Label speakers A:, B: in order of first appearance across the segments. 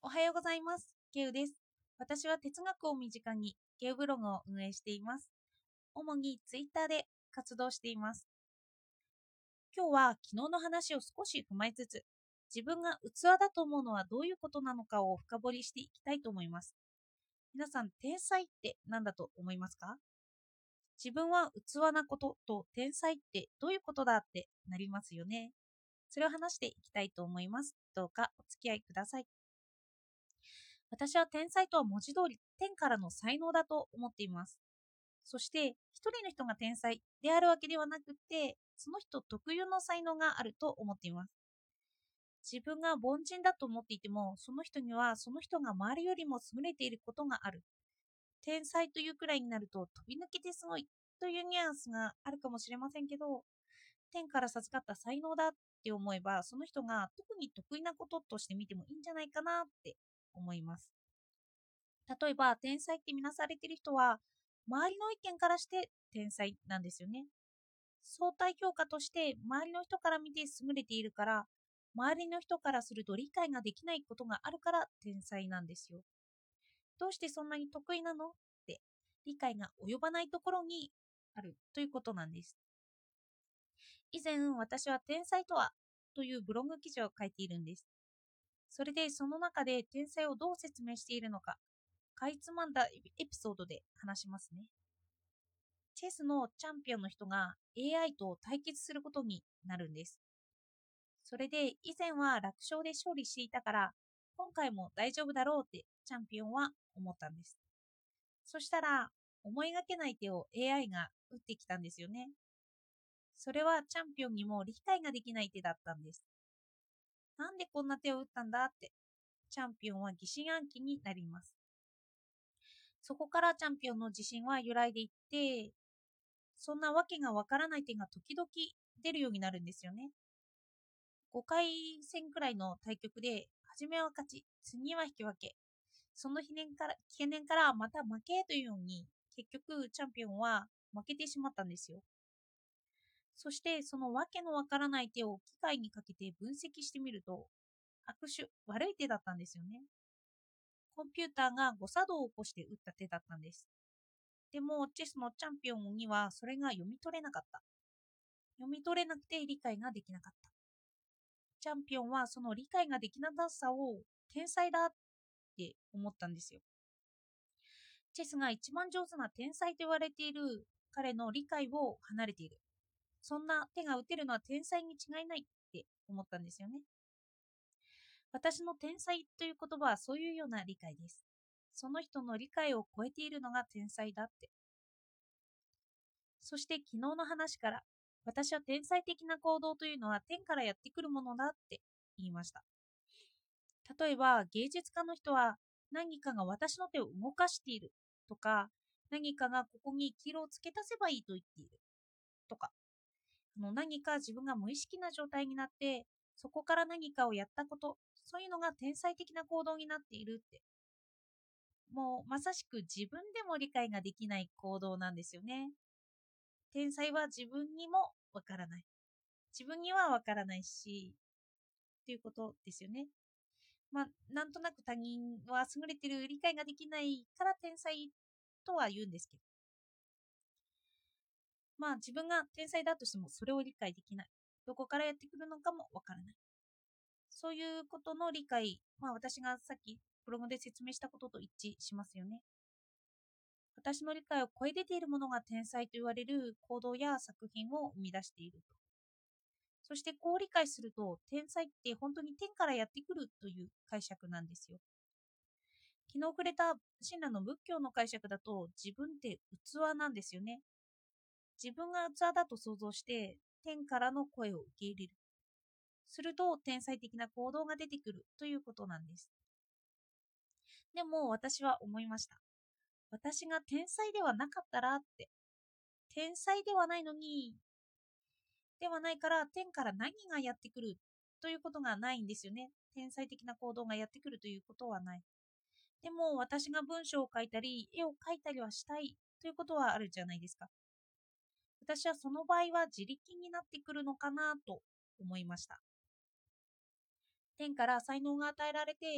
A: おはようございます。ケウです。私は哲学を身近にケウブログを運営しています。主にツイッターで活動しています。今日は昨日の話を少し踏まえつつ、自分が器だと思うのはどういうことなのかを深掘りしていきたいと思います。皆さん、天才って何だと思いますか？自分は器なことと天才ってどういうことだってなりますよね。それを話していきたいと思います。どうかお付き合いください。私は天才とは文字通り天からの才能だと思っています。そして一人の人が天才であるわけではなくて、その人特有の才能があると思っています。自分が凡人だと思っていても、その人にはその人が周りよりも優れていることがある。天才というくらいになると飛び抜けてすごいというニュアンスがあるかもしれませんけど、天から授かった才能だって思えば、その人が特に得意なこととして見てもいいんじゃないかなって思います。例えば、天才って見なされている人は、周りの意見からして天才なんですよね。相対評価として周りの人から見て優れているから、周りの人からすると理解ができないことがあるから天才なんですよ。どうしてそんなに得意なのって理解が及ばないところにあるということなんです。以前私は天才とはというブログ記事を書いているんです。それでその中で天才をどう説明しているのか、かいつまんだエピソードで話しますね。チェスのチャンピオンの人が AI と対決することになるんです。それで以前は楽勝で勝利していたから、今回も大丈夫だろうってチャンピオンは思ったんです。そしたら、思いがけない手を AI が打ってきたんですよね。それはチャンピオンにも理解ができない手だったんです。なんでこんな手を打ったんだって、チャンピオンは疑心暗鬼になります。そこからチャンピオンの自信は揺らいでいって、そんなわけがわからない点が時々出るようになるんですよね。5回戦くらいの対局で、初めは勝ち、次は引き分け。その懸念からまた負けというように、結局チャンピオンは負けてしまったんですよ。そしてそのわけのわからない手を機械にかけて分析してみると、悪手、悪い手だったんですよね。コンピューターが誤作動を起こして打った手だったんです。でも、チェスのチャンピオンにはそれが読み取れなかった。読み取れなくて理解ができなかった。チャンピオンはその理解ができなさを天才だって思ったんですよ。チェスが一番上手な天才と言われている彼の理解を離れている。そんな手が打てるのは天才に違いないって思ったんですよね。私の天才という言葉はそういうような理解です。その人の理解を超えているのが天才だって。そして昨日の話から、私は天才的な行動というのは天からやってくるものだって言いました。例えば芸術家の人は、何かが私の手を動かしているとか、何かがここに黄色を付け足せばいいと言っているとか、何か自分が無意識な状態になって、そこから何かをやったこと、そういうのが天才的な行動になっているって、もうまさしく自分でも理解ができない行動なんですよね。天才は自分にもわからない。自分にはわからないし、ということですよね。まあ、なんとなく他人は優れてる理解ができないから天才とは言うんですけど、まあ自分が天才だとしてもそれを理解できない。どこからやってくるのかもわからない。そういうことの理解、まあ私がさっきブログで説明したことと一致しますよね。私の理解を超え出ているものが天才と言われる行動や作品を生み出していると。そしてこう理解すると、天才って本当に天からやってくるという解釈なんですよ。昨日触れた親鸞の仏教の解釈だと、自分って器なんですよね。自分が器だと想像して天からの声を受け入れる。すると天才的な行動が出てくるということなんです。でも私は思いました。私が天才ではなかったらって。天才ではないのに、ではないから天から何がやってくるということがないんですよね。天才的な行動がやってくるということはない。でも私が文章を書いたり絵を描いたりはしたいということはあるじゃないですか。私はその場合は自力になってくるのかなと思いました。天から才能が与えられて、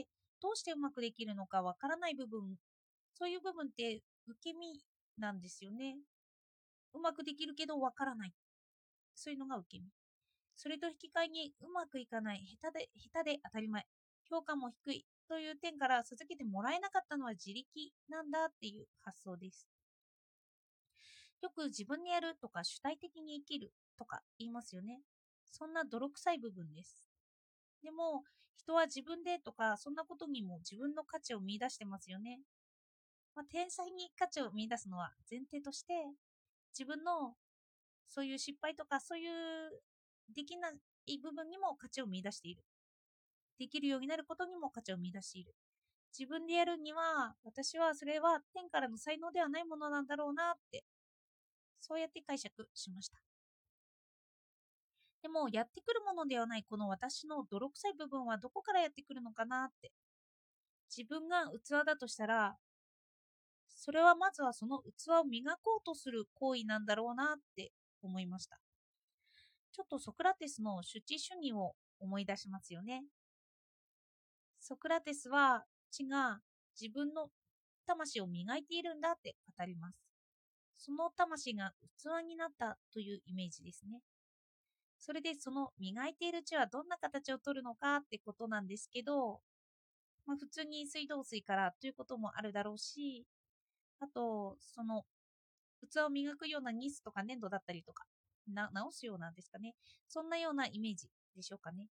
A: どうしてうまくできるのかわからない部分、そういう部分って受け身なんですよね。うまくできるけどわからない。そういうのが受け身。それと引き換えにうまくいかない、下手で当たり前、評価も低いという点から授けてもらえなかったのは自力なんだっていう発想です。よく自分にやるとか主体的に生きるとか言いますよね。そんな泥臭い部分です。でも、人は自分でとか、そんなことにも自分の価値を見出してますよね。天才に価値を見出すのは前提として、自分のそういう失敗とか、そういうできない部分にも価値を見出している。できるようになることにも価値を見出している。自分でやるには、私はそれは天からの才能ではないものなんだろうなって、そうやって解釈しました。でも、やってくるものではないこの私の泥臭い部分はどこからやってくるのかなって。自分が器だとしたら、それはまずはその器を磨こうとする行為なんだろうなって思いました。ちょっとソクラテスの主治主義を思い出しますよね。ソクラテスは知が自分の魂を磨いているんだって語ります。その魂が器になったというイメージですね。それでその磨いている血はどんな形をとるのかってことなんですけど、普通に水道水からということもあるだろうし、あと、その器を磨くようなニスとか粘土だったりとか、直すようなんですかね。そんなようなイメージでしょうかね。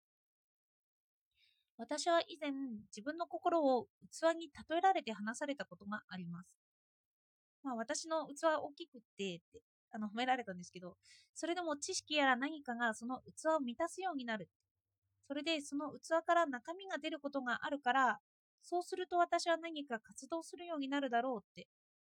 A: 私は以前、自分の心を器に例えられて話されたことがあります。私の器は大きくって褒められたんですけど、それでも知識やら何かがその器を満たすようになる。それでその器から中身が出ることがあるから、そうすると私は何か活動するようになるだろうって、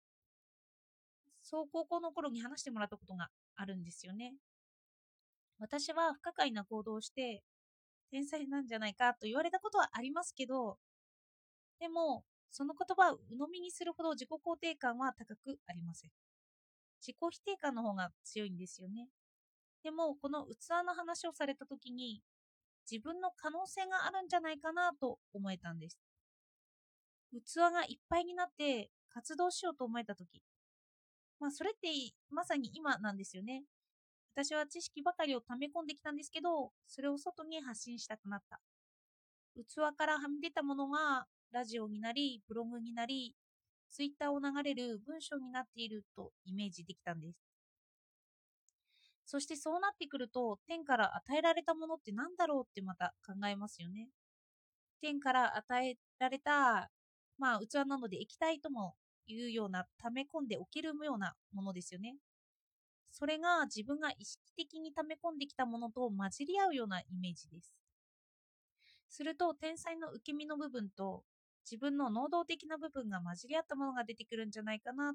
A: そう高校の頃に話してもらったことがあるんですよね。私は不可解な行動をして天才なんじゃないかと言われたことはありますけど、でもその言葉を鵜呑みにするほど自己肯定感は高くありません。自己否定感の方が強いんですよね。でもこの器の話をされた時に自分の可能性があるんじゃないかなと思えたんです。器がいっぱいになって活動しようと思えた時、それってまさに今なんですよね。私は知識ばかりを溜め込んできたんですけど、それを外に発信したくなった。器からはみ出たものがラジオになり、ブログになり、ツイッターを流れる文章になっているとイメージできたんです。そしてそうなってくると、天から与えられたものって何だろうってまた考えますよね。天から与えられた、器なので液体ともいうような溜め込んでおけるようなものですよね。それが自分が意識的に溜め込んできたものと混じり合うようなイメージです。すると天才の受け身の部分と自分の能動的な部分が混じり合ったものが出てくるんじゃないかなって。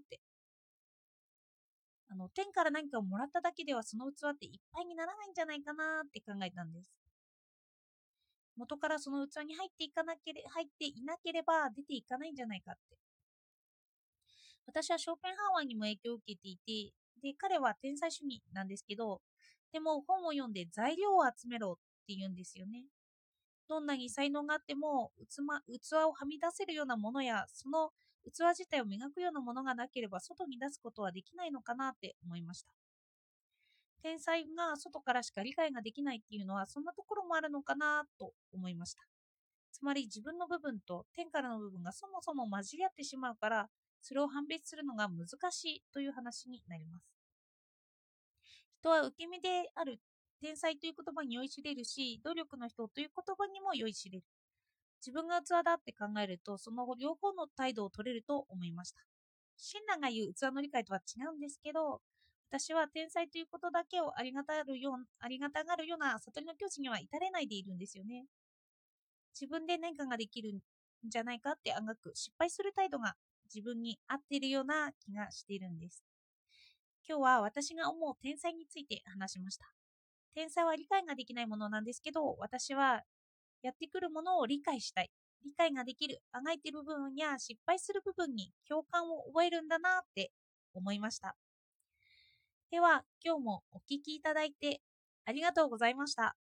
A: 天から何かをもらっただけではその器っていっぱいにならないんじゃないかなって考えたんです。元からその器に入っていなければ出ていかないんじゃないかって。私はショーペンハワーにも影響を受けていて、で、彼は天才主義なんですけど、でも本を読んで材料を集めろって言うんですよね。どんなに才能があっても器をはみ出せるようなものやその器自体を磨くようなものがなければ外に出すことはできないのかなって思いました。天才が外からしか理解ができないっていうのはそんなところもあるのかなと思いました。つまり自分の部分と天からの部分がそもそも混じり合ってしまうからそれを判別するのが難しいという話になります。人は受け身である天才という言葉に酔いしれるし努力の人という言葉にも酔いしれる。自分が器だって考えると、その両方の態度を取れると思いました。親鸞が言う器の理解とは違うんですけど、私は天才ということだけをありがたがるような悟りの境地には至れないでいるんですよね。自分で何かができるんじゃないかってあがく失敗する態度が自分に合っているような気がしているんです。今日は私が思う天才について話しました。天才は理解ができないものなんですけど、私はやってくるものを理解したい。理解ができる、あがいている部分や失敗する部分に共感を覚えるんだなって思いました。では、今日もお聞きいただいてありがとうございました。